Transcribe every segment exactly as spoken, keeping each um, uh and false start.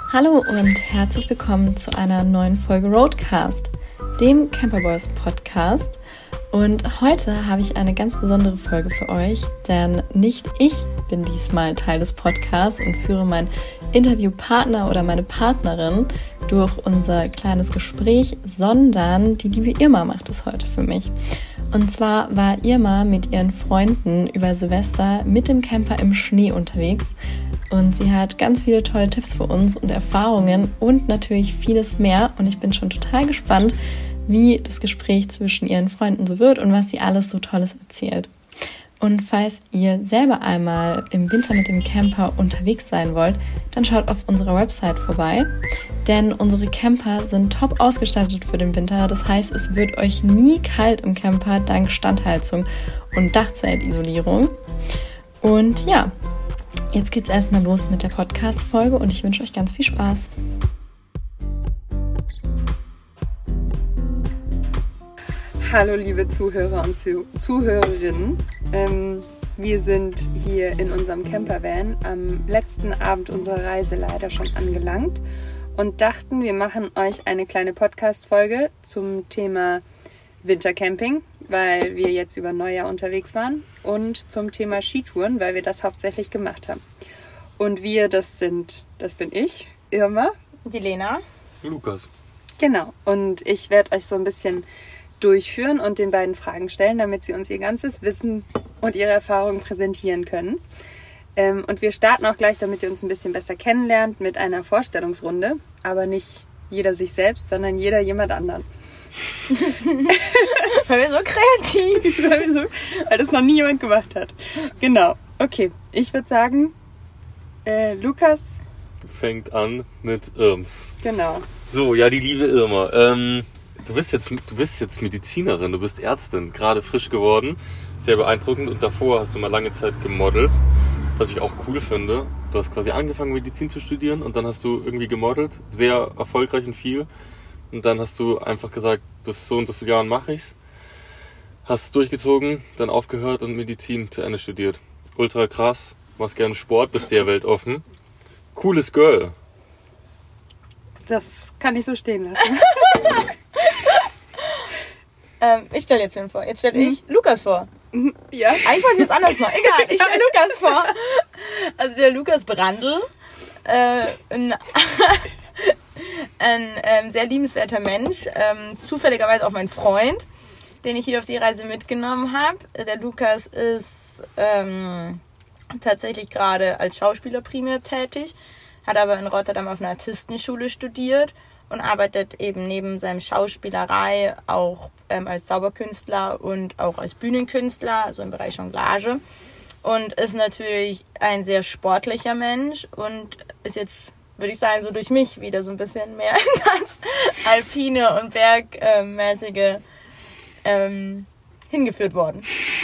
Hallo und herzlich willkommen zu einer neuen Folge Roadcast, dem Camperboys Podcast. Und heute habe ich eine ganz besondere Folge für euch, denn nicht ich bin diesmal Teil des Podcasts und führe meinen Interviewpartner oder meine Partnerin durch unser kleines Gespräch, sondern die liebe Irma macht es heute für mich. Und zwar war Irma mit ihren Freunden über Silvester mit dem Camper im Schnee unterwegs und sie hat ganz viele tolle Tipps für uns und Erfahrungen und natürlich vieles mehr und ich bin schon total gespannt, wie das Gespräch zwischen ihren Freunden so wird und was sie alles so Tolles erzählt. Und falls ihr selber einmal im Winter mit dem Camper unterwegs sein wollt, dann schaut auf unserer Website vorbei, denn unsere Camper sind top ausgestattet für den Winter. Das heißt, es wird euch nie kalt im Camper dank Standheizung und Dachzeltisolierung. Und ja, jetzt geht's erstmal los mit der Podcast-Folge und ich wünsche euch ganz viel Spaß. Hallo liebe Zuhörer und Zuh- Zuhörerinnen, ähm, wir sind hier in unserem Campervan am letzten Abend unserer Reise leider schon angelangt und dachten, wir machen euch eine kleine Podcast-Folge zum Thema Wintercamping, weil wir jetzt über Neujahr unterwegs waren und zum Thema Skitouren, weil wir das hauptsächlich gemacht haben. Und wir, das sind, das bin ich, Irma, die Lena, Lukas. Genau, und ich werde euch so ein bisschen durchführen und den beiden Fragen stellen, damit sie uns ihr ganzes Wissen und ihre Erfahrungen präsentieren können. Ähm, und wir starten auch gleich, damit ihr uns ein bisschen besser kennenlernt, mit einer Vorstellungsrunde. Aber nicht jeder sich selbst, sondern jeder jemand anderen. Weil wir so kreativ weil, wir so, weil das noch nie jemand gemacht hat. Genau. Okay, ich würde sagen, äh, Lukas fängt an mit Irms. Genau. So, ja, die liebe Irma. Ähm, Du bist jetzt, du bist jetzt Medizinerin, du bist Ärztin, gerade frisch geworden, sehr beeindruckend und davor hast du mal lange Zeit gemodelt, was ich auch cool finde. Du hast quasi angefangen Medizin zu studieren und dann hast du irgendwie gemodelt, sehr erfolgreich und viel und dann hast du einfach gesagt, bis so und so viele Jahren mache ich's, hast es durchgezogen, dann aufgehört und Medizin zu Ende studiert. Ultra krass, machst gerne Sport, bist sehr weltoffen. Cooles Girl. Das kann ich so stehen lassen. ähm, ich stelle jetzt wen vor. Jetzt stelle ich mhm. Lukas vor. Ja. Eigentlich wollten wir es anders machen. Egal, ich stelle Lukas vor. Also der Lukas Brandl. Äh, ein ein ähm, sehr liebenswerter Mensch. Ähm, zufälligerweise auch mein Freund, den ich hier auf die Reise mitgenommen habe. Der Lukas ist ähm, tatsächlich gerade als Schauspieler primär tätig. Hat aber in Rotterdam auf einer Artistenschule studiert und arbeitet eben neben seinem Schauspielerei auch ähm, als Zauberkünstler und auch als Bühnenkünstler, also im Bereich Jonglage. Und ist natürlich ein sehr sportlicher Mensch und ist jetzt, würde ich sagen, so durch mich wieder so ein bisschen mehr in das Alpine und Bergmäßige ähm, hingeführt worden.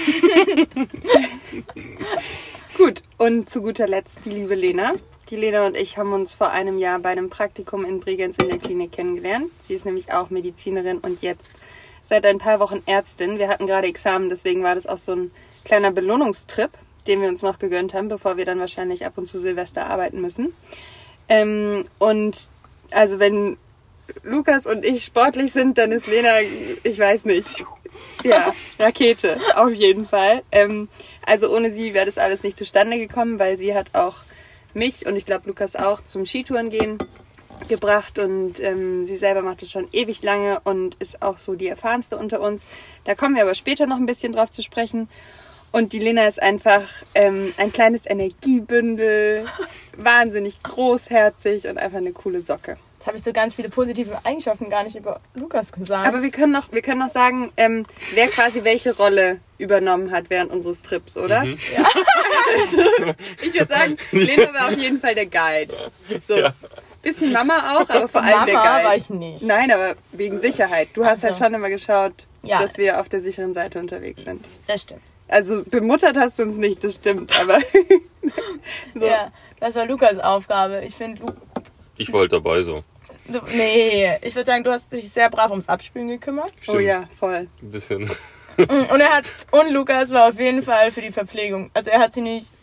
Gut, und zu guter Letzt die liebe Lena. Die Lena und ich haben uns vor einem Jahr bei einem Praktikum in Bregenz in der Klinik kennengelernt. Sie ist nämlich auch Medizinerin und jetzt seit ein paar Wochen Ärztin. Wir hatten gerade Examen, deswegen war das auch so ein kleiner Belohnungstrip, den wir uns noch gegönnt haben, bevor wir dann wahrscheinlich ab und zu Silvester arbeiten müssen. Ähm, und also wenn Lukas und ich sportlich sind, dann ist Lena, ich weiß nicht, ja, Rakete, auf jeden Fall. Ähm, also ohne sie wäre das alles nicht zustande gekommen, weil sie hat auch mich und ich glaube Lukas auch zum Skitouren gehen gebracht und ähm, sie selber macht das schon ewig lange und ist auch so die erfahrenste unter uns. Da kommen wir aber später noch ein bisschen drauf zu sprechen. Und die Lena ist einfach ähm, ein kleines Energiebündel, wahnsinnig großherzig und einfach eine coole Socke. Jetzt habe ich so ganz viele positive Eigenschaften gar nicht über Lukas gesagt. Aber wir können noch, wir können noch sagen, ähm, wer quasi welche Rolle übernommen hat während unseres Trips, oder? Mhm. Ja. Also, ich würde sagen, Lena war auf jeden Fall der Guide. So, Ja. Bisschen Mama auch, aber vor allem Mama der Guide. war ich nicht. Nein, aber wegen Sicherheit. Du hast Ach so. halt schon immer geschaut, Ja. dass wir auf der sicheren Seite unterwegs sind. Das stimmt. Also bemuttert hast du uns nicht, das stimmt, aber so. Ja, das war Lukas Aufgabe. Ich finde, Lu- Ich wollte dabei so. du, nee, ich würde sagen, du hast dich sehr brav ums Abspülen gekümmert. Oh ja, voll. Ein bisschen. Und er hat, und Lukas war auf jeden Fall für die Verpflegung. Also er hat sie nicht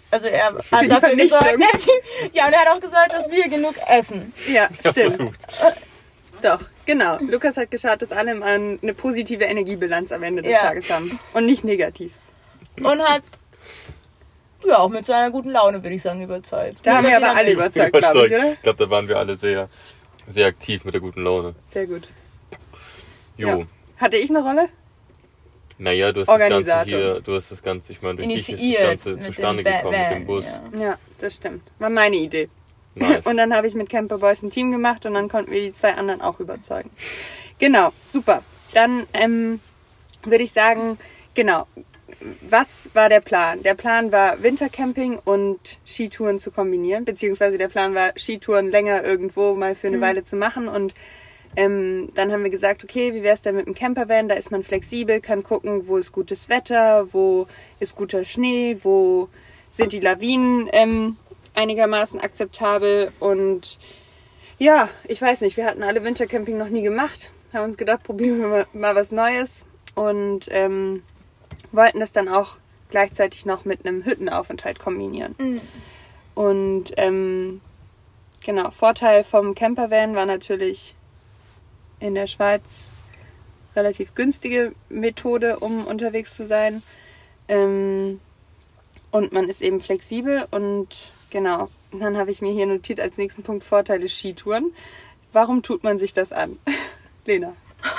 Also er Für hat die dafür gesorgt, Vernichtung. ja, und er hat auch gesagt, dass wir genug essen. Ja, Ich hab's stimmt. versucht. Doch, genau. Lukas hat geschaut, dass alle mal eine positive Energiebilanz am Ende des Ja. Tages haben. Und nicht negativ. Und hat, ja, auch mit seiner guten Laune, würde ich sagen, überzeugt. Da haben wir aber alle überzeugt, glaube ich, Überzeugt. oder? Ich glaube, da waren wir alle sehr, sehr aktiv mit der guten Laune. Sehr gut. Jo. Ja. Hatte ich eine Rolle? Naja, du hast das Ganze Organisator. hier, du hast das Ganze, ich meine, durch dich ist das Initiiert Ganze mit zustande dem gekommen mit Van, dem Bus. ja. Ja, das stimmt. War meine Idee. Nice. Und dann habe ich mit Camper Boys ein Team gemacht und dann konnten wir die zwei anderen auch überzeugen. Genau, super. Dann ähm, würde ich sagen, genau, was war der Plan? Der Plan war Wintercamping und Skitouren zu kombinieren, beziehungsweise der Plan war Skitouren länger irgendwo mal für eine Mhm. Weile zu machen und ähm, dann haben wir gesagt, okay, wie wäre es denn mit dem Campervan? Da ist man flexibel, kann gucken, wo ist gutes Wetter, wo ist guter Schnee, wo sind die Lawinen ähm, einigermaßen akzeptabel und ja, ich weiß nicht, wir hatten alle Wintercamping noch nie gemacht, haben uns gedacht, probieren wir mal, mal was Neues und ähm, wollten das dann auch gleichzeitig noch mit einem Hüttenaufenthalt kombinieren. Mhm. Und ähm, genau, Vorteil vom Campervan war natürlich in der Schweiz relativ günstige Methode, um unterwegs zu sein. Ähm, und man ist eben flexibel und genau, dann habe ich mir hier notiert als nächsten Punkt Vorteile Skitouren. Warum tut man sich das an? Lena.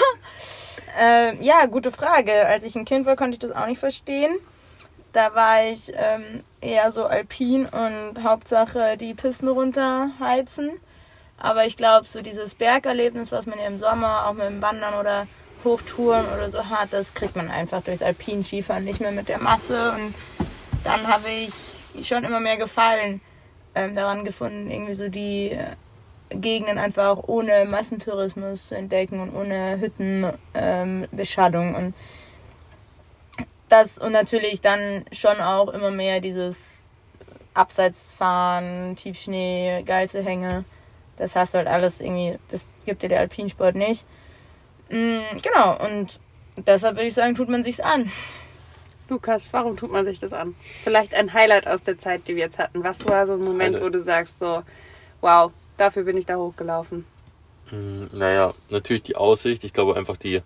Äh, ja, gute Frage. Als ich ein Kind war, konnte ich das auch nicht verstehen. Da war ich ähm, eher so alpin und Hauptsache die Pisten runterheizen. Aber ich glaube, so dieses Bergerlebnis, was man ja im Sommer auch mit dem Wandern oder Hochtouren oder so hat, das kriegt man einfach durchs Alpin-Skifahren nicht mehr mit der Masse. Und dann habe ich schon immer mehr Gefallen ähm, daran gefunden, irgendwie so die äh, Gegenden einfach ohne Massentourismus zu entdecken und ohne Hüttenbeschattung. Ähm, und das und natürlich dann schon auch immer mehr dieses Abseitsfahren, Tiefschnee, geilste Hänge. Das hast du halt alles irgendwie, das gibt dir der Alpinsport nicht. Mhm, genau, und deshalb würde ich sagen, tut man sich's an. Lukas, warum tut man sich das an? Vielleicht ein Highlight aus der Zeit, die wir jetzt hatten. Was war so ein Moment, Highlight. wo du sagst so, wow, dafür bin ich da hochgelaufen? Hm, Naja, natürlich die Aussicht. Ich glaube einfach die,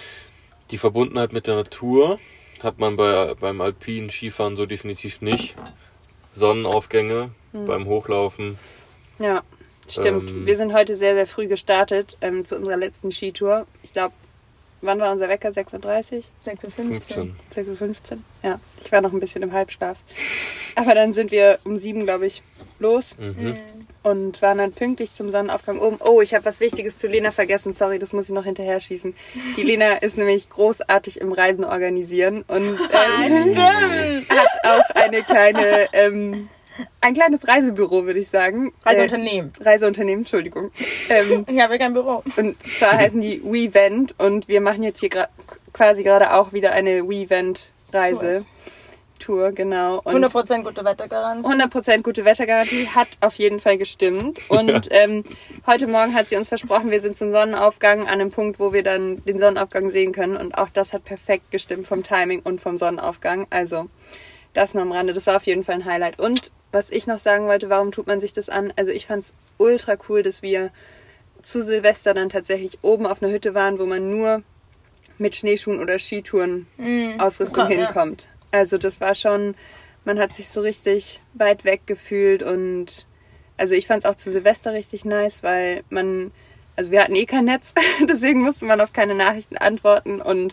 die Verbundenheit mit der Natur hat man bei, beim alpinen Skifahren so definitiv nicht. Sonnenaufgänge beim Hochlaufen. Ja, stimmt. Ähm. Wir sind heute sehr, sehr früh gestartet ähm, zu unserer letzten Skitour. Ich glaube, wann war unser Wecker? sechs Uhr dreißig? sechs Uhr fünfzehn. fünfzehn. sechs Uhr fünfzehn? Ja, ich war noch ein bisschen im Halbschlaf. Aber dann sind wir um sieben, glaube ich, los Mhm. und waren dann pünktlich zum Sonnenaufgang oben. Oh, ich habe was Wichtiges zu Lena vergessen. Sorry, das muss ich noch hinterher schießen. Die Lena ist nämlich großartig im Reisen organisieren und ähm, Stimmt! hat auch eine kleine, ähm, ein kleines Reisebüro, würde ich sagen. Reiseunternehmen. Äh, Reiseunternehmen, Entschuldigung. Ähm, Ich habe kein Büro. und zwar heißen die WeVent und wir machen jetzt hier gra- quasi gerade auch wieder eine WeVent-Reise. Tour, genau. Und hundert Prozent gute Wettergarantie. hundert Prozent gute Wettergarantie hat auf jeden Fall gestimmt. Und ähm, heute Morgen hat sie uns versprochen, wir sind zum Sonnenaufgang an einem Punkt, wo wir dann den Sonnenaufgang sehen können. Und auch das hat perfekt gestimmt vom Timing und vom Sonnenaufgang. Also das nur am Rande. Das war auf jeden Fall ein Highlight. Und was ich noch sagen wollte, warum tut man sich das an? Also ich fand es ultra cool, dass wir zu Silvester dann tatsächlich oben auf einer Hütte waren, wo man nur mit Schneeschuhen oder Skitouren Mhm. Ausrüstung Komm, ja. hinkommt. Also das war schon, man hat sich so richtig weit weg gefühlt und also ich fand es auch zu Silvester richtig nice, weil man, also wir hatten eh kein Netz, deswegen musste man auf keine Nachrichten antworten und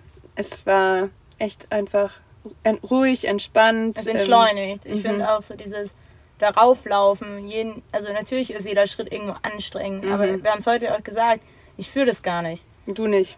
es war echt einfach en- ruhig, entspannt. Also ähm, entschleunigt. Ich mhm. finde auch so dieses darauflaufen, jeden, also natürlich ist jeder Schritt irgendwo anstrengend, Mhm. aber wir haben es heute auch gesagt, ich fühle das gar nicht. Du nicht.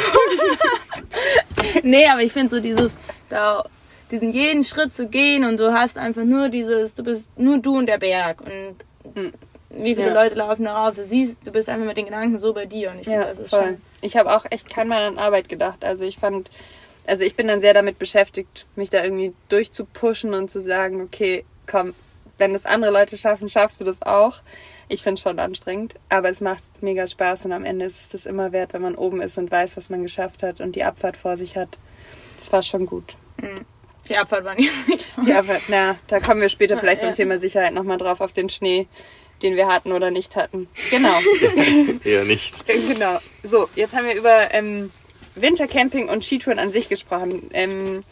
Nee, aber ich finde so dieses, da, diesen jeden Schritt zu gehen und du hast einfach nur dieses, du bist nur du und der Berg und Mhm. wie viele Ja. Leute laufen darauf, du siehst, du bist einfach mit den Gedanken so bei dir und ich finde, Ja, das ist voll. schon... Ich habe auch echt kein Mal an Arbeit gedacht. Also ich fand, also ich bin dann sehr damit beschäftigt, mich da irgendwie durchzupushen und zu sagen, okay, komm, wenn das andere Leute schaffen, schaffst du das auch. Ich finde es schon anstrengend, aber es macht mega Spaß und am Ende ist es das immer wert, wenn man oben ist und weiß, was man geschafft hat und die Abfahrt vor sich hat. Das war schon gut. Mhm. Die Abfahrt war nicht so. Die Abfahrt, na, da kommen wir später vielleicht ja. beim Thema Sicherheit nochmal drauf, auf den Schnee, den wir hatten oder nicht hatten. Genau. Eher nicht. Genau. So, jetzt haben wir über ähm, Wintercamping und Skitouren an sich gesprochen. Ähm,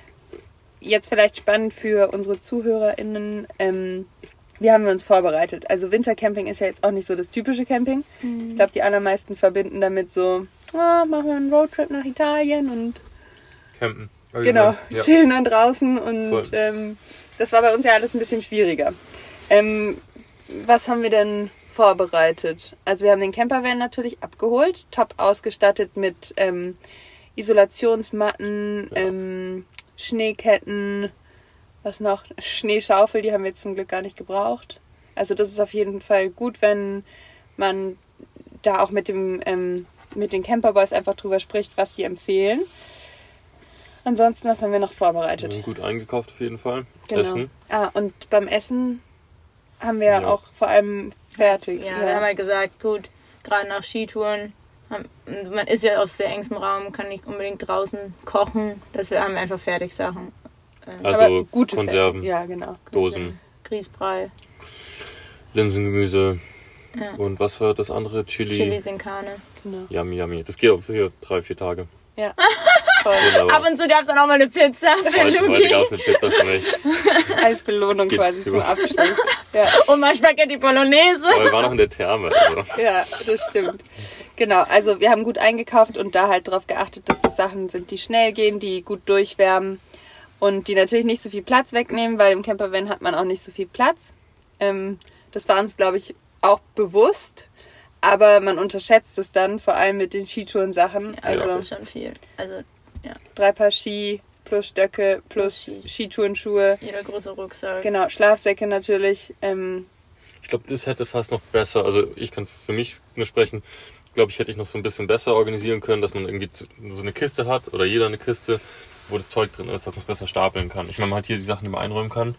jetzt vielleicht spannend für unsere ZuhörerInnen. Ähm, wie haben wir uns vorbereitet? Also Wintercamping ist ja jetzt auch nicht so das typische Camping. Mhm. Ich glaube, die allermeisten verbinden damit so, oh, machen wir einen Roadtrip nach Italien und campen. Genau, ja. chillen dann draußen und ähm, das war bei uns ja alles ein bisschen schwieriger. Ähm, was haben wir denn vorbereitet? Also wir haben den Campervan natürlich abgeholt, top ausgestattet mit ähm, Isolationsmatten, ja. ähm, Schneeketten, was noch? Schneeschaufel, die haben wir jetzt zum Glück gar nicht gebraucht. Also das ist auf jeden Fall gut, wenn man da auch mit dem ähm, mit den Camperboys einfach drüber spricht, was sie empfehlen. Ansonsten, was haben wir noch vorbereitet? Wir haben gut eingekauft auf jeden Fall. Genau. Essen. Ah, und beim Essen haben wir Ja. auch vor allem fertig. Ja, wir haben halt gesagt, gut, gerade nach Skitouren, haben, man ist ja auf sehr engstem Raum, kann nicht unbedingt draußen kochen. Das wir haben einfach Fertigsachen. Ähm, Also Aber gute Konserven, Fer- Ja, genau. Dosen, Grießbrei, Linsengemüse Ja. und was war das andere? Chili. Chili sin Carne. genau. Yummy, yummy. Das geht auch für drei, vier Tage. Ja, voll. Wunderbar. Ab und zu gab es dann auch mal eine Pizza für Heute, heute Luki. gab es eine Pizza für mich. Als Belohnung Ich quasi geb's zum zu. Abschluss. Ja. Und mal Spaghetti Bolognese. Aber wir waren noch in der Therme. Also. Ja, das stimmt. Genau, also wir haben gut eingekauft und da halt darauf geachtet, dass das Sachen sind, die schnell gehen, die gut durchwärmen und die natürlich nicht so viel Platz wegnehmen, weil im Campervan hat man auch nicht so viel Platz. Ähm, das war uns, glaube ich, auch bewusst, aber man unterschätzt es dann, vor allem mit den Skitouren-Sachen. Also, Also das ist schon viel. Also drei Paar Ski plus Stöcke plus Plus Ski. Skitourenschuhe. jeder große Rucksack. Genau, Schlafsäcke natürlich. Ähm, Ich glaube, das hätte fast noch besser, also ich kann für mich nur sprechen, glaube ich, hätte ich noch so ein bisschen besser organisieren können, dass man irgendwie zu- so eine Kiste hat oder jeder eine Kiste, wo das Zeug drin ist, dass man es besser stapeln kann. Ich meine, man hat hier die Sachen, die man einräumen kann.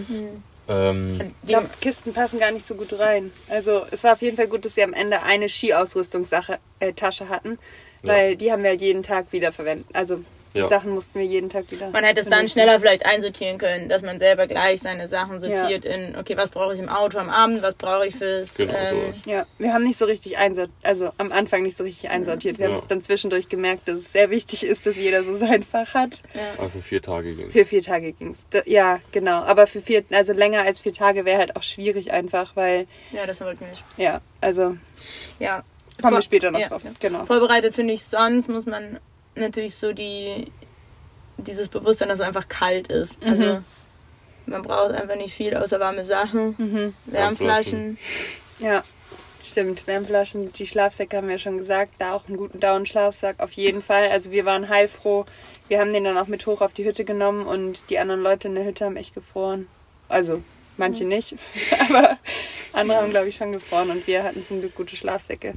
Ähm, Ich glaube, Kisten passen gar nicht so gut rein. Also es war auf jeden Fall gut, dass wir am Ende eine Skiausrüstungstasche äh, Tasche hatten, weil die haben wir halt jeden Tag wieder verwendet. Also die Ja. Sachen mussten wir jeden Tag wieder Man hätte es dann benutzen. schneller vielleicht einsortieren können, dass man selber gleich seine Sachen sortiert in, okay, was brauche ich im Auto am Abend, was brauche ich fürs... Genau, ähm, sowas. Ja, wir haben nicht so richtig einsortiert, also am Anfang nicht so richtig einsortiert. Wir Ja. haben es dann zwischendurch gemerkt, dass es sehr wichtig ist, dass jeder so sein Fach hat. aber für vier Tage ging es. Für vier Tage ging's. D- Ja, genau. Aber für vier, also länger als vier Tage wäre halt auch schwierig einfach, weil, ja, das wollten wir nicht. ja, also Ja. kommen wir Vor- später noch ja, drauf. ja. Genau. Vorbereitet finde ich, sonst muss man natürlich so die dieses Bewusstsein, dass es einfach kalt ist. Mhm. Also man braucht einfach nicht viel außer warme Sachen, Mhm. Wärmflaschen. Ja, stimmt. Wärmflaschen, die Schlafsäcke haben wir ja schon gesagt. Da auch einen guten Down-Schlafsack auf jeden Fall. Also wir waren heilfroh. Wir haben den dann auch mit hoch auf die Hütte genommen und die anderen Leute in der Hütte haben echt gefroren. Also manche nicht, aber andere haben, glaube ich, schon gefroren und wir hatten zum Glück gute Schlafsäcke.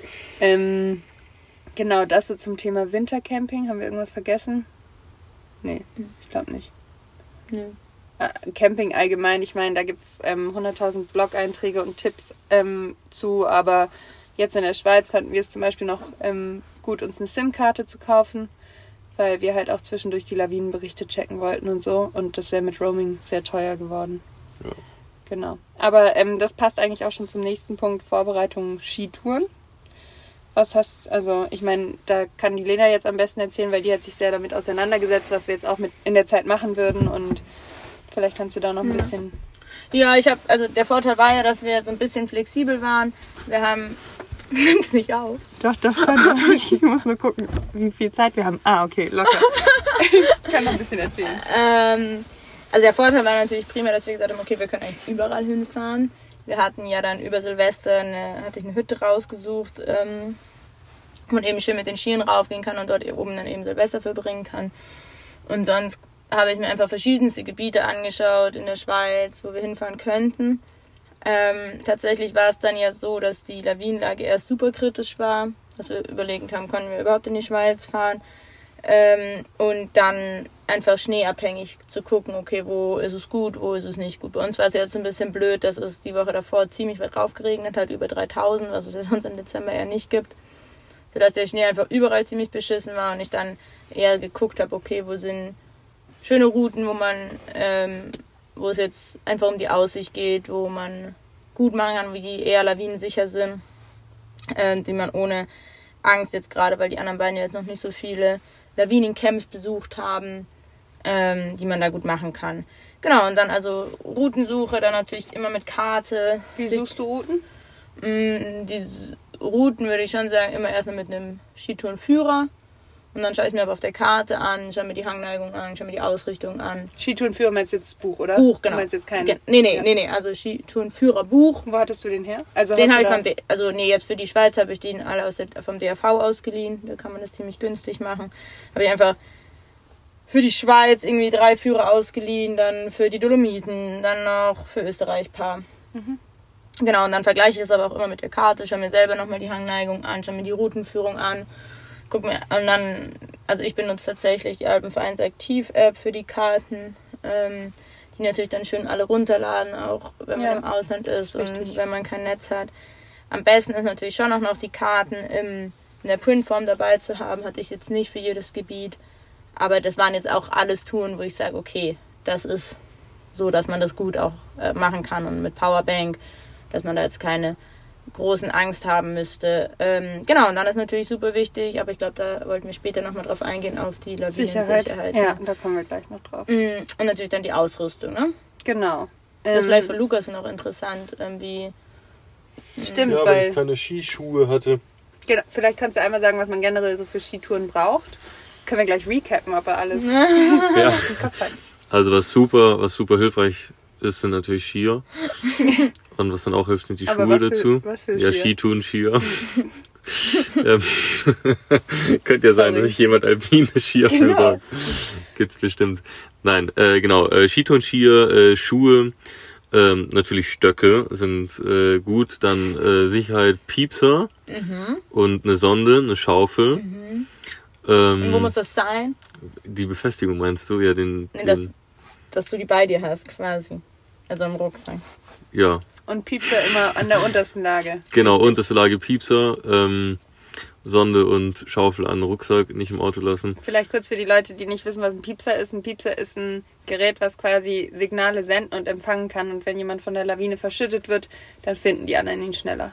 Ähm, genau, das so zum Thema Wintercamping. Haben wir irgendwas vergessen? Nee, ich glaube nicht. Nö. Äh, Camping allgemein, ich meine, da gibt es ähm, hunderttausend Blog-Einträge und Tipps ähm, zu, aber jetzt in der Schweiz fanden wir es zum Beispiel noch ähm, gut, uns eine SIM-Karte zu kaufen, weil wir halt auch zwischendurch die Lawinenberichte checken wollten und so und das wäre mit Roaming sehr teuer geworden. Ja. Genau. Aber ähm, das passt eigentlich auch schon zum nächsten Punkt, Vorbereitung Skitouren. Was hast, also ich meine, da kann die Lena jetzt am besten erzählen, weil die hat sich sehr damit auseinandergesetzt, was wir jetzt auch mit in der Zeit machen würden und vielleicht kannst du da noch ein bisschen... Ja, ich habe, also der Vorteil war ja, dass wir so ein bisschen flexibel waren. Wir haben, nimm's nicht auf. Doch, doch, schon. Ich muss nur gucken, wie viel Zeit wir haben. Ah, okay, locker. Ich kann noch ein bisschen erzählen. Ähm, also der Vorteil war natürlich primär, dass wir gesagt haben, okay, wir können eigentlich überall hinfahren. Wir hatten ja dann über Silvester eine, hatte ich eine Hütte rausgesucht, ähm, wo man eben schön mit den Skiern raufgehen kann und dort oben dann eben Silvester verbringen kann. Und sonst habe ich mir einfach verschiedenste Gebiete angeschaut in der Schweiz, wo wir hinfahren könnten. Ähm, tatsächlich war es dann ja so, dass die Lawinenlage erst super kritisch war, dass wir überlegt haben, können wir überhaupt in die Schweiz fahren. Ähm, und dann einfach schneeabhängig zu gucken, okay, wo ist es gut, wo ist es nicht gut. Bei uns war es jetzt ein bisschen blöd, dass es die Woche davor ziemlich weit drauf geregnet hat, über dreitausend, was es ja sonst im Dezember eher nicht gibt. Sodass der Schnee einfach überall ziemlich beschissen war und ich dann eher geguckt habe, okay, wo sind schöne Routen, wo man, ähm, wo es jetzt einfach um die Aussicht geht, wo man gut machen kann, wie die eher lawinensicher sind, äh, die man ohne Angst jetzt gerade, weil die anderen beiden ja jetzt noch nicht so viele Lawinencamps besucht haben, ähm, die man da gut machen kann. Genau, und dann also Routensuche, dann natürlich immer mit Karte. Wie suchst du Routen? Mh, die Routen würde ich schon sagen, immer erstmal mit einem Skitourenführer. Und dann schaue ich mir aber auf der Karte an, schaue mir die Hangneigung an, schaue mir die Ausrichtung an. Skitourenführer meinst du jetzt das Buch, oder? Buch, genau. Du meinst jetzt kein... Ge- nee, nee, ja. nee, nee, also Skitourenführer Buch. Wo hattest du den her? Also Den hast habe du ich da- beim, D- also nee, jetzt für die Schweiz habe ich den alle aus der, vom D R V ausgeliehen. Da kann man das ziemlich günstig machen. Habe ich einfach für die Schweiz irgendwie drei Führer ausgeliehen, dann für die Dolomiten, dann noch für Österreich ein paar. Mhm. Genau, und dann vergleiche ich das aber auch immer mit der Karte, schaue mir selber nochmal die Hangneigung an, schaue mir die Routenführung an, guck mir, und dann, also ich benutze tatsächlich die Alpenvereins Aktiv-App für die Karten, ähm, die natürlich dann schön alle runterladen, auch wenn man Ja, im Ausland ist und wichtig. wenn man kein Netz hat. Am besten ist natürlich schon auch noch die Karten im, in der Printform dabei zu haben, hatte ich jetzt nicht für jedes Gebiet, aber das waren jetzt auch alles Touren, wo ich sage, okay, das ist so, dass man das gut auch äh, machen kann und mit Powerbank, dass man da jetzt keine großen Angst haben müsste. Ähm, genau, und dann ist natürlich super wichtig, aber ich glaube, da wollten wir später nochmal drauf eingehen, auf die Sicherheit. Lawinensicherheit. Ja, da kommen wir gleich noch drauf. Mm, Und natürlich dann die Ausrüstung, ne? Genau. Das ist Ähm, vielleicht für Lukas noch interessant, ähm, wie... Stimmt, Ja, weil weil... ich keine Skischuhe hatte. Genau, vielleicht kannst du einmal sagen, was man generell so für Skitouren braucht. Können wir gleich recappen, ob er alles Ja. im Kopf hat. Also was super, was super hilfreich ist, sind natürlich Skier. Und was dann auch hilft, sind die Aber Schuhe was für- dazu. was für ja, Skier? Skitouren, Skier. ähm, könnte ja sein, Sorry. dass sich jemand alpine Skier Genau. besorgt. Gibt's bestimmt. Nein, äh, genau. Äh, Skitouren, Skier, äh, Schuhe, ähm, natürlich Stöcke sind äh, gut. Dann äh, Sicherheit, Piepser Mhm. und eine Sonde, eine Schaufel. Mhm. Ähm, Und wo muss das sein? die Befestigung meinst du? Ja, den, Nee, den das, dass du die bei dir hast, quasi. Also im Rucksack. ja. Und Piepser immer an der untersten Lage. Genau, Richtig. unterste Lage Piepser, ähm, Sonde und Schaufel an den Rucksack, nicht im Auto lassen. Vielleicht kurz für die Leute, die nicht wissen, was ein Piepser ist. Ein Piepser ist ein Gerät, was quasi Signale senden und empfangen kann. Und wenn jemand von der Lawine verschüttet wird, dann finden die anderen ihn schneller.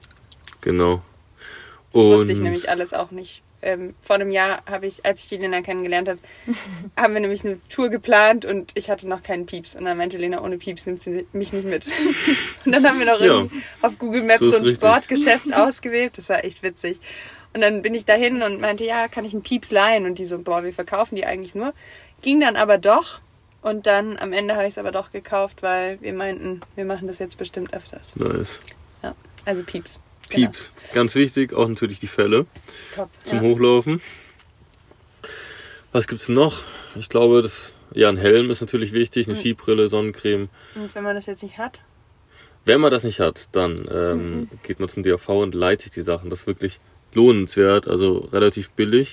Genau. Das Und wusste ich nämlich alles auch nicht. Ähm, vor einem Jahr habe ich, als ich die Lena kennengelernt habe, haben wir nämlich eine Tour geplant und ich hatte noch keinen Pieps. Und dann meinte Lena, ohne Pieps nimmt sie mich nicht mit. Und dann haben wir noch Ja. irgendwie auf Google Maps So ist so ein richtig. Sportgeschäft ausgewählt. Das war echt witzig. Und dann bin ich dahin und meinte, ja, kann ich einen Pieps leihen? Und die so, boah, wir verkaufen die eigentlich nur. Ging dann aber doch. Und dann am Ende habe ich es aber doch gekauft, weil wir meinten, wir machen das jetzt bestimmt öfters. nice. Ja, also Pieps. Pieps. Ganz wichtig, auch natürlich die Felle Genau. Top. zum Ja. Hochlaufen. Was gibt's noch? Ich glaube, das, ja, ein Helm ist natürlich wichtig, eine Mhm. Skibrille, Sonnencreme. Und wenn man das jetzt nicht hat? Wenn man das nicht hat, dann ähm, Mhm. geht man zum D A V und leiht sich die Sachen. Das ist wirklich lohnenswert, also relativ billig.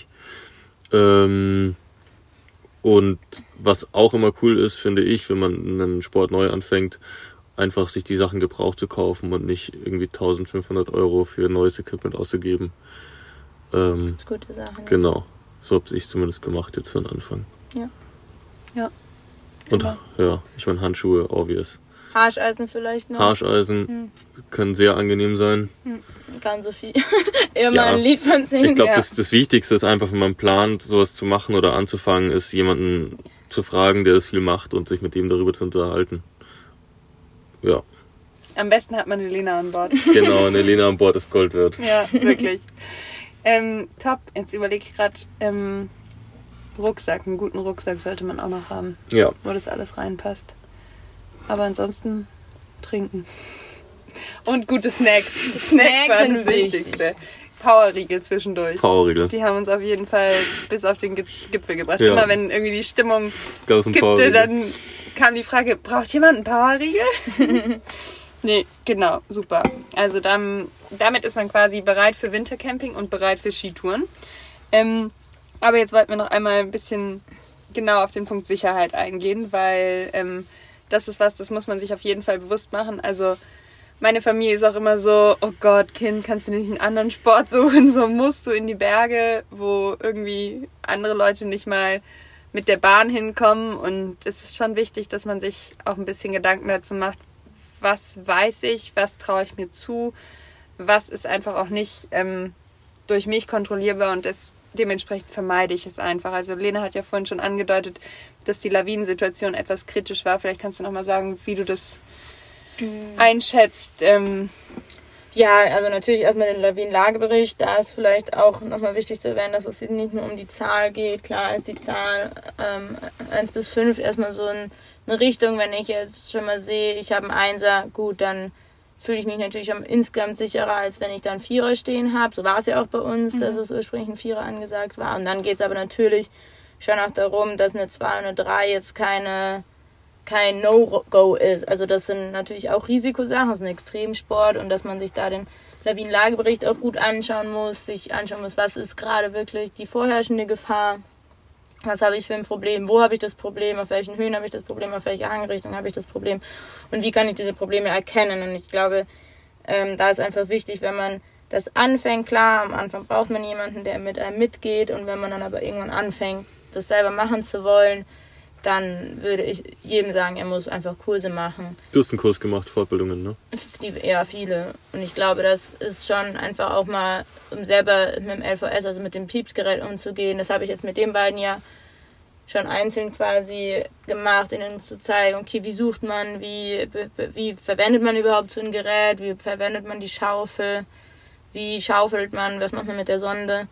Ähm, und was auch immer cool ist, finde ich, wenn man einen Sport neu anfängt, einfach sich die Sachen gebraucht zu kaufen und nicht irgendwie eintausendfünfhundert Euro für neues Equipment auszugeben. Ähm, Das ist eine gute Sache. ne? genau, so habe ich zumindest gemacht jetzt für den Anfang. Ja. Ja. Und Genau. ja, ich meine Handschuhe, obvious. Harscheisen vielleicht noch. Harscheisen Hm. können sehr angenehm sein. Kann Sophie eher Ja. mal ein Lied von singen. Ich glaube, Ja. das, das Wichtigste ist einfach, wenn man plant, sowas zu machen oder anzufangen, ist jemanden zu fragen, der das viel macht und sich mit dem darüber zu unterhalten. Ja, Am besten hat man eine Lena an Bord. genau, eine Lena an Bord ist Gold wert. Ja, wirklich. ähm, top. Jetzt überlege ich gerade, ähm, Rucksack. Einen guten Rucksack sollte man auch noch haben, Ja, wo das alles reinpasst. Aber ansonsten trinken. Und gute Snacks. Snacks Snacks waren sind das Wichtigste. Powerriegel zwischendurch. Powerriegel. Die haben uns auf jeden Fall bis auf den Gipf- Gipfel gebracht. Ja. Immer wenn irgendwie die Stimmung Das ist ein kippte, Powerriegel. dann kam die Frage, braucht jemand einen Powerriegel? Nee, genau, super. Also dann, damit ist man quasi bereit für Wintercamping und bereit für Skitouren. Ähm, aber jetzt wollten wir noch einmal ein bisschen genau auf den Punkt Sicherheit eingehen, weil ähm, das ist was, das muss man sich auf jeden Fall bewusst machen. Also meine Familie ist auch immer so, oh Gott, Kind, kannst du nicht einen anderen Sport suchen? So musst du in die Berge, wo irgendwie andere Leute nicht mal mit der Bahn hinkommen. Und es ist schon wichtig, dass man sich auch ein bisschen Gedanken dazu macht, was weiß ich, was traue ich mir zu, was ist einfach auch nicht ähm, durch mich kontrollierbar und das, dementsprechend vermeide ich es einfach. Also Lena hat ja vorhin schon angedeutet, dass die Lawinensituation etwas kritisch war. Vielleicht kannst du noch mal sagen, wie du das mhm. einschätzt. Ähm, Ja, also natürlich erstmal den Lawinenlagebericht. Da ist vielleicht auch nochmal wichtig zu erwähnen, dass es nicht nur um die Zahl geht. Klar ist die Zahl ähm, eins bis fünf erstmal so ein, eine Richtung. Wenn ich jetzt schon mal sehe, ich habe einen Einser, gut, dann fühle ich mich natürlich am insgesamt sicherer, als wenn ich da einen Vierer stehen habe. So war es ja auch bei uns, mhm. dass es ursprünglich ein Vierer angesagt war. Und dann geht es aber natürlich schon auch darum, dass eine zwei und eine drei jetzt keine... kein No-Go ist. Also das sind natürlich auch Risikosachen, das ist ein Extremsport und dass man sich da den Lawinenlagebericht auch gut anschauen muss, sich anschauen muss, was ist gerade wirklich die vorherrschende Gefahr, was habe ich für ein Problem, wo habe ich das Problem, auf welchen Höhen habe ich das Problem, auf welcher Hangrichtung habe ich das Problem und wie kann ich diese Probleme erkennen. Und ich glaube, ähm, da ist einfach wichtig, wenn man das anfängt, klar, am Anfang braucht man jemanden, der mit einem mitgeht und wenn man dann aber irgendwann anfängt, das selber machen zu wollen, dann würde ich jedem sagen, er muss einfach Kurse machen. Du hast einen Kurs gemacht, Fortbildungen, ne? Die, ja, viele. Und ich glaube, das ist schon einfach auch mal, um selber mit dem L V S, also mit dem Piepsgerät umzugehen. Das habe ich jetzt mit den beiden ja schon einzeln quasi gemacht, ihnen zu zeigen, okay, wie sucht man, wie, wie verwendet man überhaupt so ein Gerät, wie verwendet man die Schaufel, wie schaufelt man, was macht man mit der Sonde.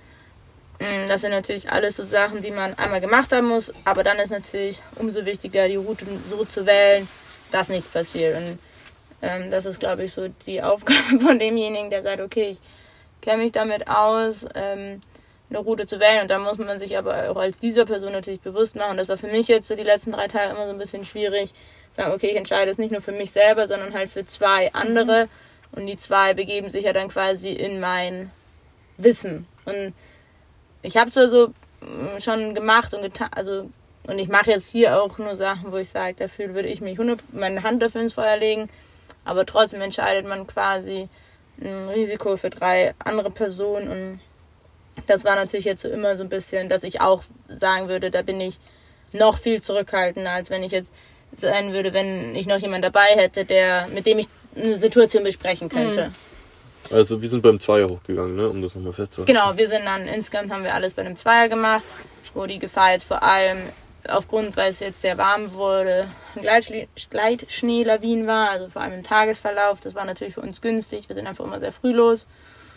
Das sind natürlich alles so Sachen, die man einmal gemacht haben muss, aber dann ist natürlich umso wichtiger, die Route so zu wählen, dass nichts passiert. Und ähm, das ist, glaube ich, so die Aufgabe von demjenigen, der sagt, okay, ich kenne mich damit aus, ähm, eine Route zu wählen. Und da muss man sich aber auch als dieser Person natürlich bewusst machen. Das war für mich jetzt so die letzten drei Tage immer so ein bisschen schwierig. Sagen, okay, ich entscheide es nicht nur für mich selber, sondern halt für zwei andere. Mhm. Und die zwei begeben sich ja dann quasi in mein Wissen. Und ich habe es also schon gemacht und getan, also und ich mache jetzt hier auch nur Sachen, wo ich sage, dafür würde ich mich hundert meine Hand dafür ins Feuer legen, aber trotzdem entscheidet man quasi ein Risiko für drei andere Personen und das war natürlich jetzt so immer so ein bisschen, dass ich auch sagen würde, da bin ich noch viel zurückhaltender, als wenn ich jetzt sein würde, wenn ich noch jemanden dabei hätte, der mit dem ich eine Situation besprechen könnte. Mhm. Also wir sind beim Zweier hochgegangen, ne? Um das nochmal festzuhalten. Genau, wir sind dann, insgesamt haben wir alles bei einem Zweier gemacht, wo die Gefahr jetzt vor allem aufgrund, weil es jetzt sehr warm wurde, ein Gleitschneelawinen war, also vor allem im Tagesverlauf. Das war natürlich für uns günstig, wir sind einfach immer sehr früh los.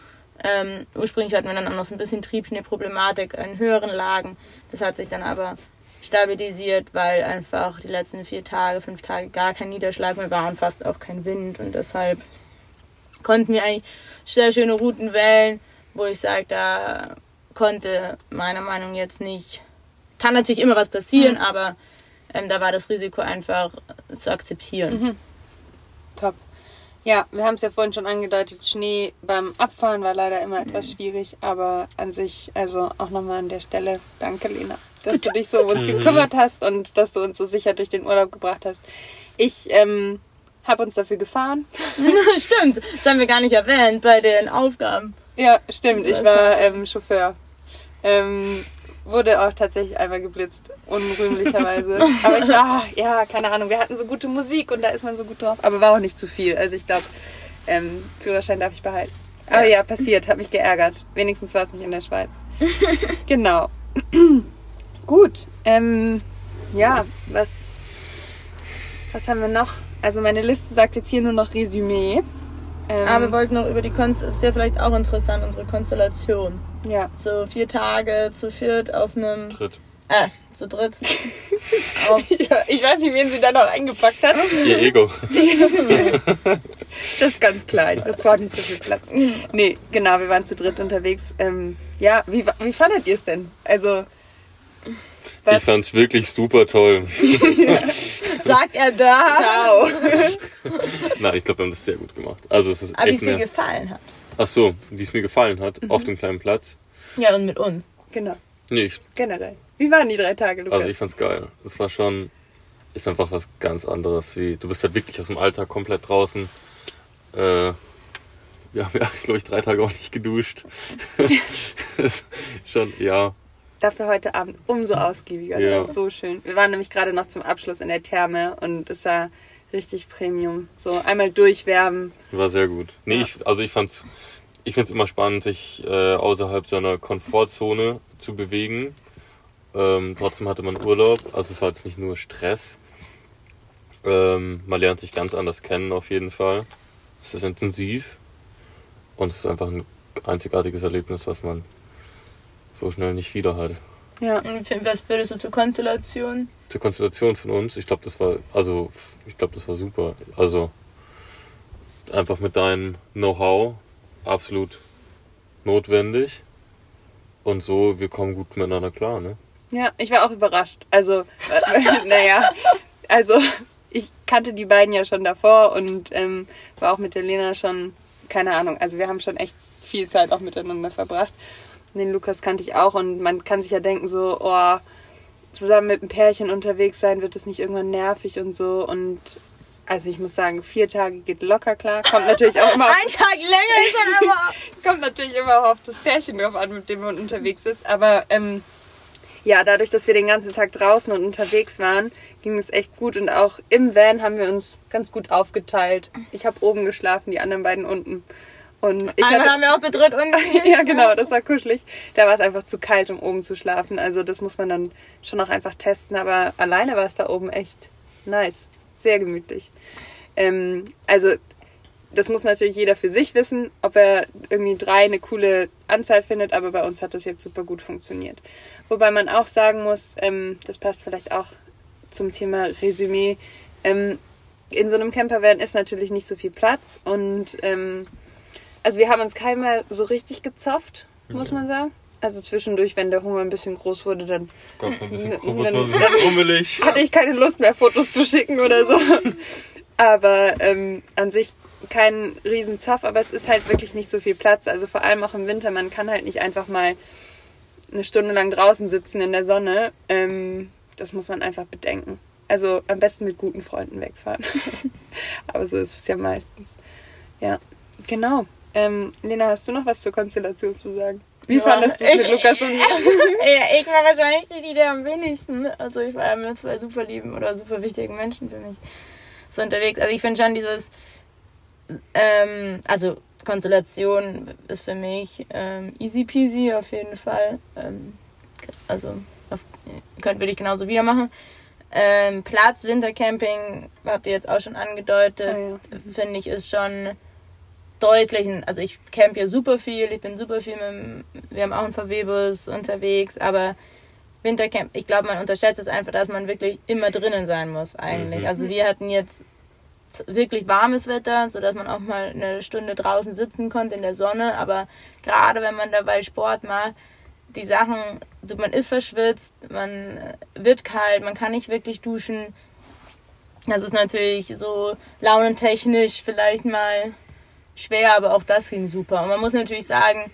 Ähm, ursprünglich hatten wir dann auch noch so ein bisschen Triebschneeproblematik in höheren Lagen. Das hat sich dann aber stabilisiert, weil einfach die letzten vier Tage, fünf Tage gar kein Niederschlag mehr war und fast auch kein Wind und deshalb konnten wir eigentlich sehr schöne Routen wählen, wo ich sage, da konnte meiner Meinung nach jetzt nicht, kann natürlich immer was passieren, mhm. aber ähm, da war das Risiko einfach zu akzeptieren. Mhm. Top. Ja, wir haben es ja vorhin schon angedeutet, Schnee beim Abfahren war leider immer etwas mhm. schwierig, aber an sich, also auch nochmal an der Stelle, danke Lena, dass du dich so um uns gekümmert hast und dass du uns so sicher durch den Urlaub gebracht hast. Ich, ähm, habe uns dafür gefahren. Stimmt, das haben wir gar nicht erwähnt bei den Aufgaben. Ja, stimmt, ich war ähm, Chauffeur. Ähm, wurde auch tatsächlich einmal geblitzt, unrühmlicherweise. Aber ich war, ja, keine Ahnung, wir hatten so gute Musik und da ist man so gut drauf. Aber war auch nicht zu viel, also ich glaube, ähm, Führerschein darf ich behalten. Aber ja, passiert, hat mich geärgert. Wenigstens war es nicht in der Schweiz. Genau. Gut, ähm, ja, was, was haben wir noch? Also meine Liste sagt jetzt hier nur noch Resümee. Ähm, Aber wir wollten noch über die Konstellation, ist ja vielleicht auch interessant, unsere Konstellation. Ja. So vier Tage zu viert auf einem... Dritt. Äh, zu dritt. auf, ich, ich weiß nicht, wen sie da noch eingepackt hat. Ihr Ego. Das ist ganz klein, das braucht nicht so viel Platz. Nee, genau, wir waren zu dritt unterwegs. Ähm, ja, wie, wie fandet ihr es denn? Also... Was? Ich fand's wirklich super toll. Sagt er da. Ciao. Nein, ich glaube, wir haben das sehr gut gemacht. Also es ist Aber echt wie es dir gefallen hat. Ach so, wie es mir gefallen hat, mhm. auf dem kleinen Platz. Ja, und mit uns. Genau. Nicht. Generell. Wie waren die drei Tage, Lukas? Also ich fand's geil. Das war schon, ist einfach was ganz anderes. Wie du bist halt wirklich aus dem Alltag komplett draußen. Äh, wir haben ja, glaube ich, drei Tage auch nicht geduscht. Das schon, ja. dafür heute Abend umso ausgiebiger. Es Ja. war so schön. Wir waren nämlich gerade noch zum Abschluss in der Therme und es war richtig Premium. So einmal durchwärmen. War sehr gut. Nee, Ja. ich, also ich fand's, ich find's immer spannend, sich äh, außerhalb seiner Komfortzone zu bewegen. Ähm, trotzdem hatte man Urlaub, also es war jetzt nicht nur Stress. Ähm, man lernt sich ganz anders kennen auf jeden Fall. Es ist intensiv und es ist einfach ein einzigartiges Erlebnis, was man so schnell nicht wieder hat. Ja. Und was würdest du zur Konstellation? Zur Konstellation von uns, ich glaube, das war, also ich glaube, das war super. Also einfach mit deinem Know-how absolut notwendig und so, wir kommen gut miteinander klar, ne? Ja, ich war auch überrascht. Also, äh, naja, also ich kannte die beiden ja schon davor und ähm, war auch mit der Lena schon, keine Ahnung, also wir haben schon echt viel Zeit auch miteinander verbracht. Den Lukas kannte ich auch und man kann sich ja denken so, oh, zusammen mit einem Pärchen unterwegs sein, wird das nicht irgendwann nervig und so. Und also ich muss sagen, vier Tage geht locker klar. Kommt natürlich auch immer auf, Ein Tag länger ist dann aber... kommt natürlich immer auch auf das Pärchen drauf an, mit dem man unterwegs ist. Aber ähm, ja, dadurch, dass wir den ganzen Tag draußen und unterwegs waren, ging es echt gut. Und auch im Van haben wir uns ganz gut aufgeteilt. Ich habe oben geschlafen, die anderen beiden unten. Und ich Einmal hatte, haben wir auch zu dritt unten. ja, genau, das war kuschelig. Da war es einfach zu kalt, um oben zu schlafen. Also das muss man dann schon auch einfach testen. Aber alleine war es da oben echt nice. Sehr gemütlich. Ähm, also das muss natürlich jeder für sich wissen, ob er irgendwie drei eine coole Anzahl findet. Aber bei uns hat das jetzt super gut funktioniert. Wobei man auch sagen muss, ähm, das passt vielleicht auch zum Thema Resümee. Ähm, in so einem Campervan ist natürlich nicht so viel Platz. Und... Ähm, Also wir haben uns keinmal so richtig gezofft, muss man sagen. Also zwischendurch, wenn der Hunger ein bisschen groß wurde, dann Gott, ein bisschen Dann- krumm, ein bisschen krummelig. hatte ich keine Lust mehr, Fotos zu schicken oder so. Aber ähm, an sich kein Riesenzoff, aber es ist halt wirklich nicht so viel Platz. Also vor allem auch im Winter, man kann halt nicht einfach mal eine Stunde lang draußen sitzen in der Sonne. Ähm, das muss man einfach bedenken. Also am besten mit guten Freunden wegfahren. Aber so ist es ja meistens. Ja, genau. Ähm, Lena, hast du noch was zur Konstellation zu sagen? Wie Ja, fandest du es ich- mit Lukas und mir? Ja, ich war wahrscheinlich die, die der am wenigsten. Also ich war ja mit zwei super lieben oder super wichtigen Menschen für mich so unterwegs. Also ich finde schon dieses, ähm, also Konstellation ist für mich ähm, easy peasy auf jeden Fall. Ähm, also auf, könnte würde ich genauso wieder machen. Ähm, Platz, Wintercamping, habt ihr jetzt auch schon angedeutet, Ah, ja. finde ich ist schon deutlich, also ich camp hier super viel, ich bin super viel mit dem, wir haben auch einen V W-Bus unterwegs, aber Wintercamp, ich glaube, man unterschätzt es einfach, dass man wirklich immer drinnen sein muss eigentlich. Mhm. Also wir hatten jetzt wirklich warmes Wetter, sodass man auch mal eine Stunde draußen sitzen konnte in der Sonne, aber gerade wenn man dabei Sport macht, die Sachen, also man ist verschwitzt, man wird kalt, man kann nicht wirklich duschen. Das ist natürlich so launentechnisch vielleicht mal schwer, aber auch das ging super. Und man muss natürlich sagen,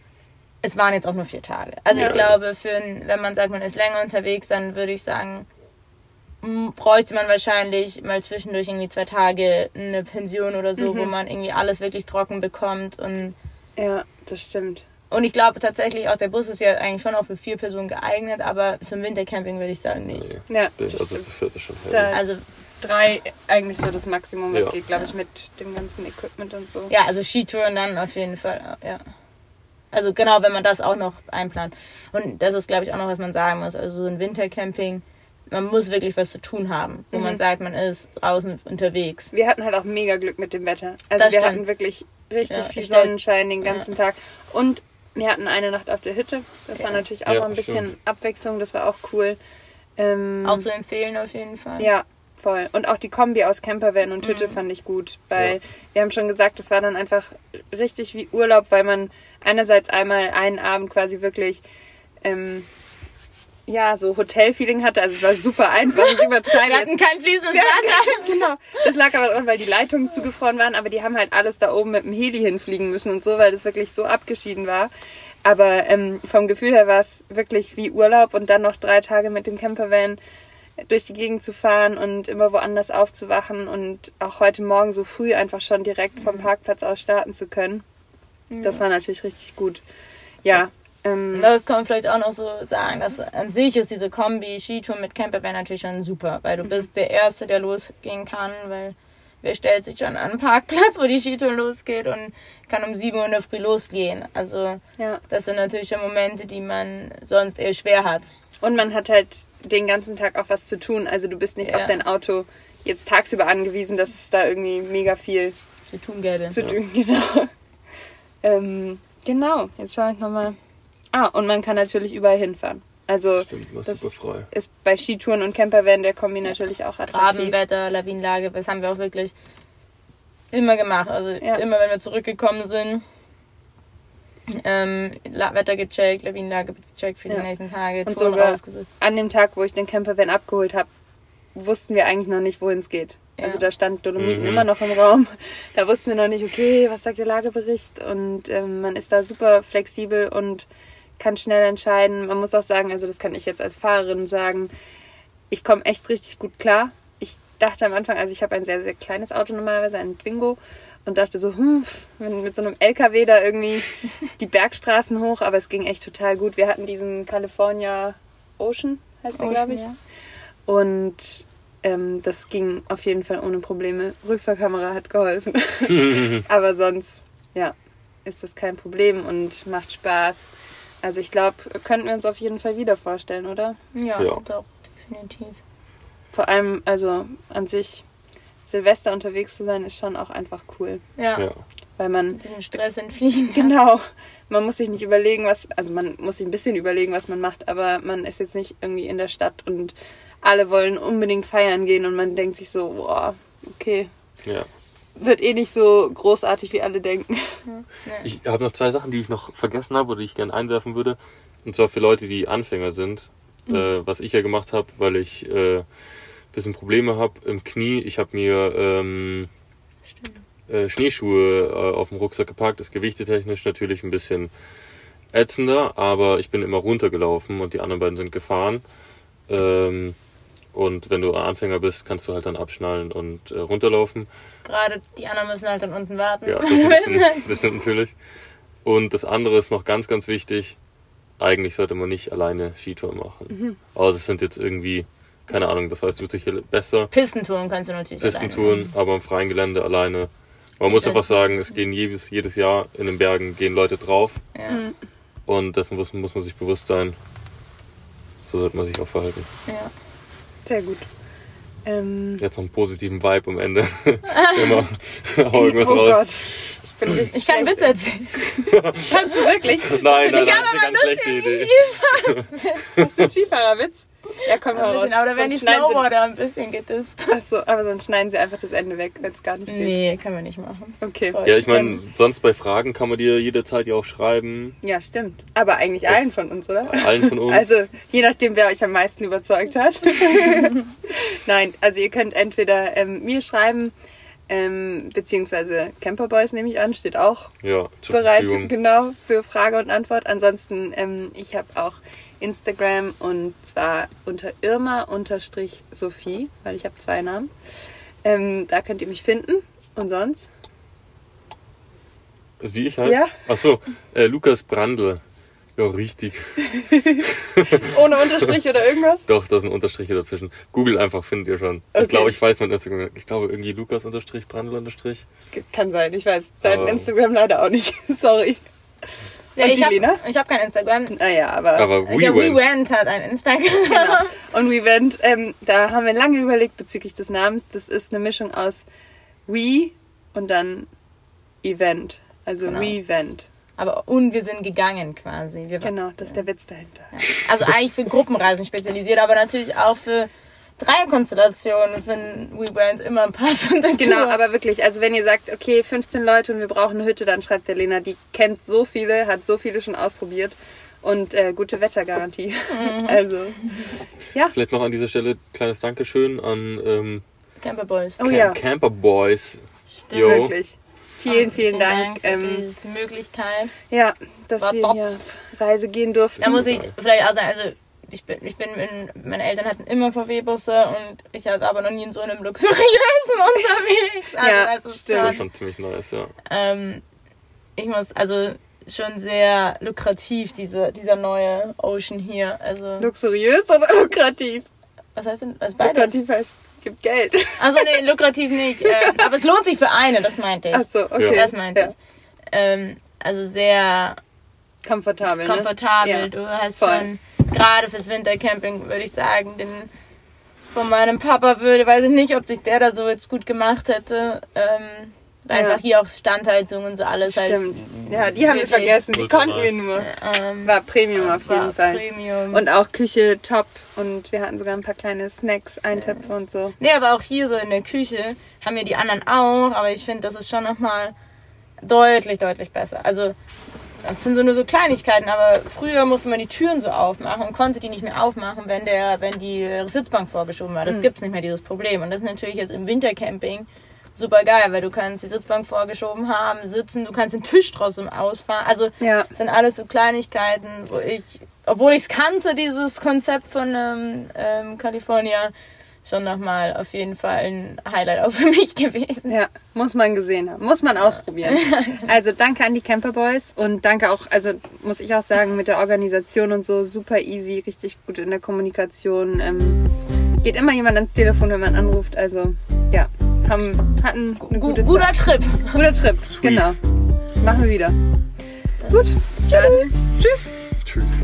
es waren jetzt auch nur vier Tage. Also Ja. ich glaube, für ein, wenn man sagt, man ist länger unterwegs, dann würde ich sagen, m- bräuchte man wahrscheinlich mal zwischendurch irgendwie zwei Tage eine Pension oder so, Mhm. wo man irgendwie alles wirklich trocken bekommt. Und, Ja, das stimmt. und ich glaube tatsächlich auch, der Bus ist ja eigentlich schon auch für vier Personen geeignet, aber zum Wintercamping würde ich sagen nicht. Nee, Ja, das, das also stimmt. zu viert ist schon Da- herrlich. Also Drei eigentlich so das Maximum, was Ja. geht, glaube ich, mit dem ganzen Equipment und so. ja, also Skitouren dann auf jeden Fall, ja. Also genau, wenn man das auch noch einplant. Und das ist, glaube ich, auch noch, was man sagen muss. Also so ein Wintercamping, man muss wirklich was zu tun haben, wo Mhm. man sagt, man ist draußen unterwegs. Wir hatten halt auch mega Glück mit dem Wetter. Also Das wir stimmt. hatten wirklich richtig Ja, viel ich stell- Sonnenschein den ganzen Tag. Und wir hatten eine Nacht auf der Hütte. Das Ja. war natürlich auch Ja, mal ein bisschen stimmt. Abwechslung. Das war auch cool. Ähm, Auch zu empfehlen auf jeden Fall. Ja, voll. Und auch die Kombi aus Campervan und Hütte fand ich gut, weil Ja. wir haben schon gesagt, das war dann einfach richtig wie Urlaub, weil man einerseits einmal einen Abend quasi wirklich ähm, ja, so Hotelfeeling hatte. Also es war super einfach. Ich übertreibe Wir hatten jetzt. kein fließendes Ja, Wasser. genau. Das lag aber daran, weil die Leitungen zugefroren waren, aber die haben halt alles da oben mit dem Heli hinfliegen müssen und so, weil das wirklich so abgeschieden war. Aber ähm, vom Gefühl her war es wirklich wie Urlaub und dann noch drei Tage mit dem Campervan durch die Gegend zu fahren und immer woanders aufzuwachen und auch heute Morgen so früh einfach schon direkt vom Parkplatz aus starten zu können. Das war natürlich richtig gut. Ja, Ähm, Das kann man vielleicht auch noch so sagen, dass an sich ist diese Kombi Skitour mit Campervan natürlich schon super, weil du bist der Erste, der losgehen kann, weil wer stellt sich schon an einen Parkplatz, wo die Skitour losgeht und kann um sieben Uhr in der Früh losgehen. Also ja. das sind natürlich schon Momente, die man sonst eher schwer hat. Und man hat halt den ganzen Tag auch was zu tun. Also du bist nicht Ja. auf dein Auto jetzt tagsüber angewiesen, dass es da irgendwie mega viel Zu tun gäbe. zu tun. Genau. ähm, genau, jetzt schaue ich nochmal. Ah, und man kann natürlich überall hinfahren. Also Stimmt, das das ist super frei. ist bei Skitouren und Campervan der Kombi natürlich auch attraktiv. Grabenwetter, Lawinenlage, das haben wir auch wirklich immer gemacht. Also Ja. immer, wenn wir zurückgekommen sind, ähm, La- Wetter gecheckt, Lawinenlage gecheckt für die Ja. nächsten Tage, Und Touren sogar rausgesucht. an dem Tag, wo ich den Campervan abgeholt habe, wussten wir eigentlich noch nicht, wohin es geht. Ja. Also da stand Dolomiten Mhm. immer noch im Raum. Da wussten wir noch nicht, okay, was sagt der Lagebericht? Und ähm, man ist da super flexibel und kann schnell entscheiden. Man muss auch sagen, also das kann ich jetzt als Fahrerin sagen, ich komme echt richtig gut klar. Ich dachte am Anfang, also ich habe ein sehr, sehr kleines Auto normalerweise, ein Twingo, und dachte so, hm, wenn mit so einem L K W da irgendwie die Bergstraßen hoch, aber es ging echt total gut. Wir hatten diesen California Ocean, heißt der, glaube ich. Ja. Und ähm, das ging auf jeden Fall ohne Probleme. Rückfahrkamera hat geholfen. Aber sonst, ja, ist das kein Problem und macht Spaß. Also ich glaube, könnten wir uns auf jeden Fall wieder vorstellen, oder? Ja, Ja. doch, definitiv. Vor allem, also an sich, Silvester unterwegs zu sein, ist schon auch einfach cool. Ja, Ja. Weil man, den Stress entfliehen kann. genau, man muss sich nicht überlegen, was, also man muss sich ein bisschen überlegen, was man macht, aber man ist jetzt nicht irgendwie in der Stadt und alle wollen unbedingt feiern gehen und man denkt sich so, boah, okay, Ja. wird eh nicht so großartig, wie alle denken. Ich habe noch zwei Sachen, die ich noch vergessen habe oder die ich gerne einwerfen würde. Und zwar für Leute, die Anfänger sind. Mhm. Äh, was ich ja gemacht habe, weil ich äh, ein bisschen Probleme habe im Knie. Ich habe mir ähm, äh, Schneeschuhe äh, auf dem Rucksack gepackt. Ist gewichtetechnisch natürlich ein bisschen ätzender, aber ich bin immer runtergelaufen und die anderen beiden sind gefahren. Ähm, und wenn du Anfänger bist, kannst du halt dann abschnallen und äh, runterlaufen. Gerade die anderen müssen halt dann unten warten. Ja, das, ist ein bisschen, das stimmt natürlich. Und das andere ist noch ganz, ganz wichtig. Eigentlich sollte man nicht alleine Skitour machen. Mhm. Außer es sind jetzt irgendwie, keine Ahnung, das weißt du sicher besser. Pistentouren kannst du natürlich Pistentouren, aber im freien Gelände alleine. Man muss einfach sagen, es gehen jedes, jedes Jahr in den Bergen gehen Leute drauf. alleine. Mhm. Und dessen muss, muss man sich bewusst sein. So sollte man sich auch verhalten. Ja. Ja. Sehr gut. Ähm, Jetzt noch einen positiven Vibe am Ende. Immer hau irgendwas oh raus. Gott. Ich bin richtig Ich kann einen Witz schlecht. erzählen. Kannst du wirklich? Nein, nein, ich nein, aber das ist eine ganz mal schlechte Idee. Das ist ein Skifahrerwitz. Ja, komm Ein heraus. bisschen, aber da werden die Sonst schneiden sie- Snowboarder ein bisschen gedisst. Achso, aber sonst schneiden sie einfach das Ende weg, wenn es gar nicht geht. Nee, können wir nicht machen. Okay. Toll. Ja, ich meine, sonst bei Fragen kann man dir jederzeit ja auch schreiben. Ja, stimmt. Aber eigentlich allen von uns, oder? Allen von uns. Also, je nachdem, wer euch am meisten überzeugt hat. Nein, also ihr könnt entweder ähm, mir schreiben, ähm, beziehungsweise Camperboys nehme ich an, steht auch ja, zur bereit, Verfügung. genau, für Frage und Antwort. Ansonsten, ähm, ich habe auch Instagram und zwar unter Irma-Sophie, weil ich habe zwei Namen. Ähm, da könnt ihr mich finden. Und sonst? Wie ich heiße? Ja. Achso, äh, Lukas Brandl. Ja, richtig. Ohne Unterstrich oder irgendwas? Doch, da sind Unterstriche dazwischen. Google einfach, findet ihr schon. Okay. Ich glaube, ich weiß mein Instagram. Ich glaube irgendwie Lukas Unterstrich, Brandl Unterstrich. Kann sein, ich weiß dein Aber- Instagram leider auch nicht. Sorry. Ja, Und ich die habe Lena? hab kein Instagram. Naja, aber... Aber Ja, WeWent. WeWent hat ein Instagram. Genau. Und WeWent, ähm, da haben wir lange überlegt bezüglich des Namens. Das ist eine Mischung aus We und dann Event. Also Genau. WeWent. Aber und wir sind gegangen quasi. Wir, Genau, das ist der Witz dahinter. Also eigentlich für Gruppenreisen spezialisiert, aber natürlich auch für Dreierkonstellationen finden WeWent immer ein Pass und eine Genau, Tour. aber wirklich, also wenn ihr sagt, okay, fünfzehn Leute und wir brauchen eine Hütte, dann schreibt der Lena, die kennt so viele, hat so viele schon ausprobiert und äh, gute Wettergarantie. Also, ja. Vielleicht noch an dieser Stelle kleines Dankeschön an ähm, Camperboys. Oh ja, Camper Boys. Stimmt. Jo. wirklich. Vielen, vielen Dank. für Ähm, diese Möglichkeit. ja, dass War wir top. hier auf Reise gehen durften. Da muss ich vielleicht auch sagen, also ich bin, ich bin in, meine Eltern hatten immer V W-Busse und ich hatte aber noch nie in so einem luxuriösen unterwegs. Also Ja, das ist stimmt. Das war schon, schon ziemlich nice, ja. ähm, ich muss, also schon sehr lukrativ, diese, dieser neue Ocean hier. Also, Luxuriös oder lukrativ? was heißt denn? Was beides? Lukrativ heißt, gibt Geld. Also nee, lukrativ nicht. Ähm, aber es lohnt sich für eine, das meinte ich. Ach so, okay. Das meinte Ja. ich. Ähm, also sehr Komfortabel, ne? komfortabel. Ja, Du hast voll. schon, gerade fürs Wintercamping, würde ich sagen, den von meinem Papa würde, weiß ich nicht, ob sich der da so jetzt gut gemacht hätte. Ähm, einfach Ja. hier auch Standheizung und so alles. Stimmt. Halt, Ja, die haben wir wirklich, vergessen. Die Ultra konnten wir nice. nur. Ähm, War Premium auf war jeden Fall. Premium. Und auch Küche top. Und wir hatten sogar ein paar kleine Snacks, Eintöpfe und so. Nee, aber auch hier so in der Küche haben wir die anderen auch, aber ich finde, das ist schon nochmal deutlich, deutlich besser. Also, das sind so nur so Kleinigkeiten, aber früher musste man die Türen so aufmachen und konnte die nicht mehr aufmachen, wenn der, wenn die Sitzbank vorgeschoben war. Das Mhm. gibt's nicht mehr, dieses Problem. Und das ist natürlich jetzt im Wintercamping super geil, weil du kannst die Sitzbank vorgeschoben haben, sitzen, du kannst den Tisch trotzdem ausfahren. Also, Ja. das sind alles so Kleinigkeiten, wo ich, obwohl ich es kannte, dieses Konzept von ähm, ähm, California, schon nochmal auf jeden Fall ein Highlight auch für mich gewesen. Ja, muss man gesehen haben. Muss man ausprobieren. Also danke an die Camper Boys und danke auch, also muss ich auch sagen, mit der Organisation und so super easy, richtig gut in der Kommunikation. Ähm, geht immer jemand ans Telefon, wenn man anruft. Also ja, haben, hatten eine Gu- gute guter Zeit. Trip. Guter Trip, Sweet. genau. Machen wir wieder. Gut, dann tschüss. Tschüss.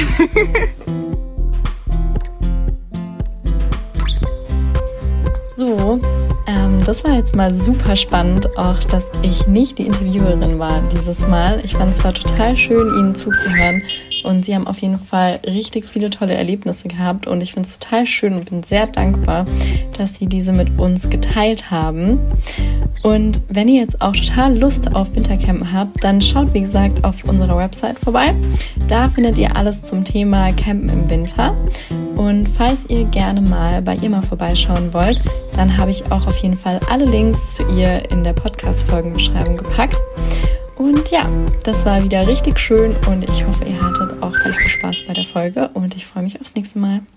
So, ähm, das war jetzt mal super spannend, auch dass ich nicht die Interviewerin war dieses Mal. Ich fand es zwar total schön, ihnen zuzuhören und sie haben auf jeden Fall richtig viele tolle Erlebnisse gehabt und ich finde es total schön und bin sehr dankbar, dass sie diese mit uns geteilt haben. Und wenn ihr jetzt auch total Lust auf Wintercampen habt, dann schaut wie gesagt auf unserer Website vorbei. Da findet ihr alles zum Thema Campen im Winter. Und falls ihr gerne mal bei ihr mal vorbeischauen wollt, dann habe ich auch auf jeden Fall alle Links zu ihr in der Podcast-Folgenbeschreibung gepackt. Und ja, das war wieder richtig schön und ich hoffe, ihr hattet auch ganz viel Spaß bei der Folge und ich freue mich aufs nächste Mal.